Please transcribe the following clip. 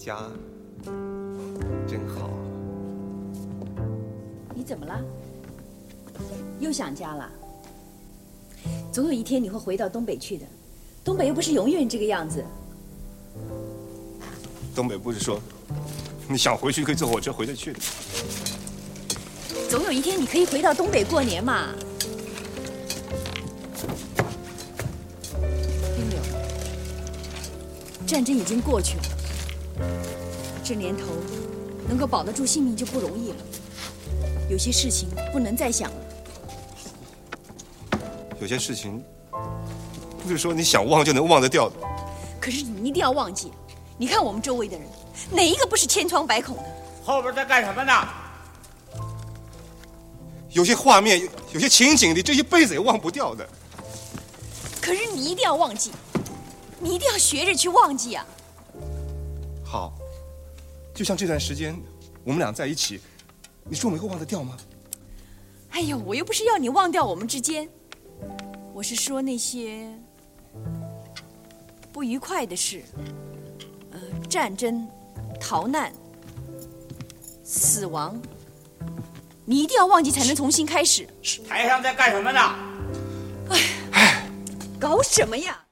家真好。 你怎么了？又想家了？总有一天你会回到东北去的，东北又不是永远这个样子。 东北不是说你想回去可以坐火车回得去的。 总有一天你可以回到东北过年嘛。丁柳，战争已经过去了，这年头能够保得住性命就不容易了。有些事情不能再想了。 有些事情不是说你想忘就能忘得掉的。 可是你一定要忘记，你看我们周围的人，哪一个不是千疮百孔的？ 后边在干什么呢？ 有些画面，有些情景，你这一辈子也忘不掉的。 可是你一定要忘记，你一定要学着去忘记啊！ 好，就像这段时间我们俩在一起，你说我们会忘得掉吗？ 哎呀，我又不是要你忘掉我们之间，我是说那些不愉快的事，战争、逃难、死亡，你一定要忘记才能重新开始。 台上在干什么呢？ 哎，搞什么呀？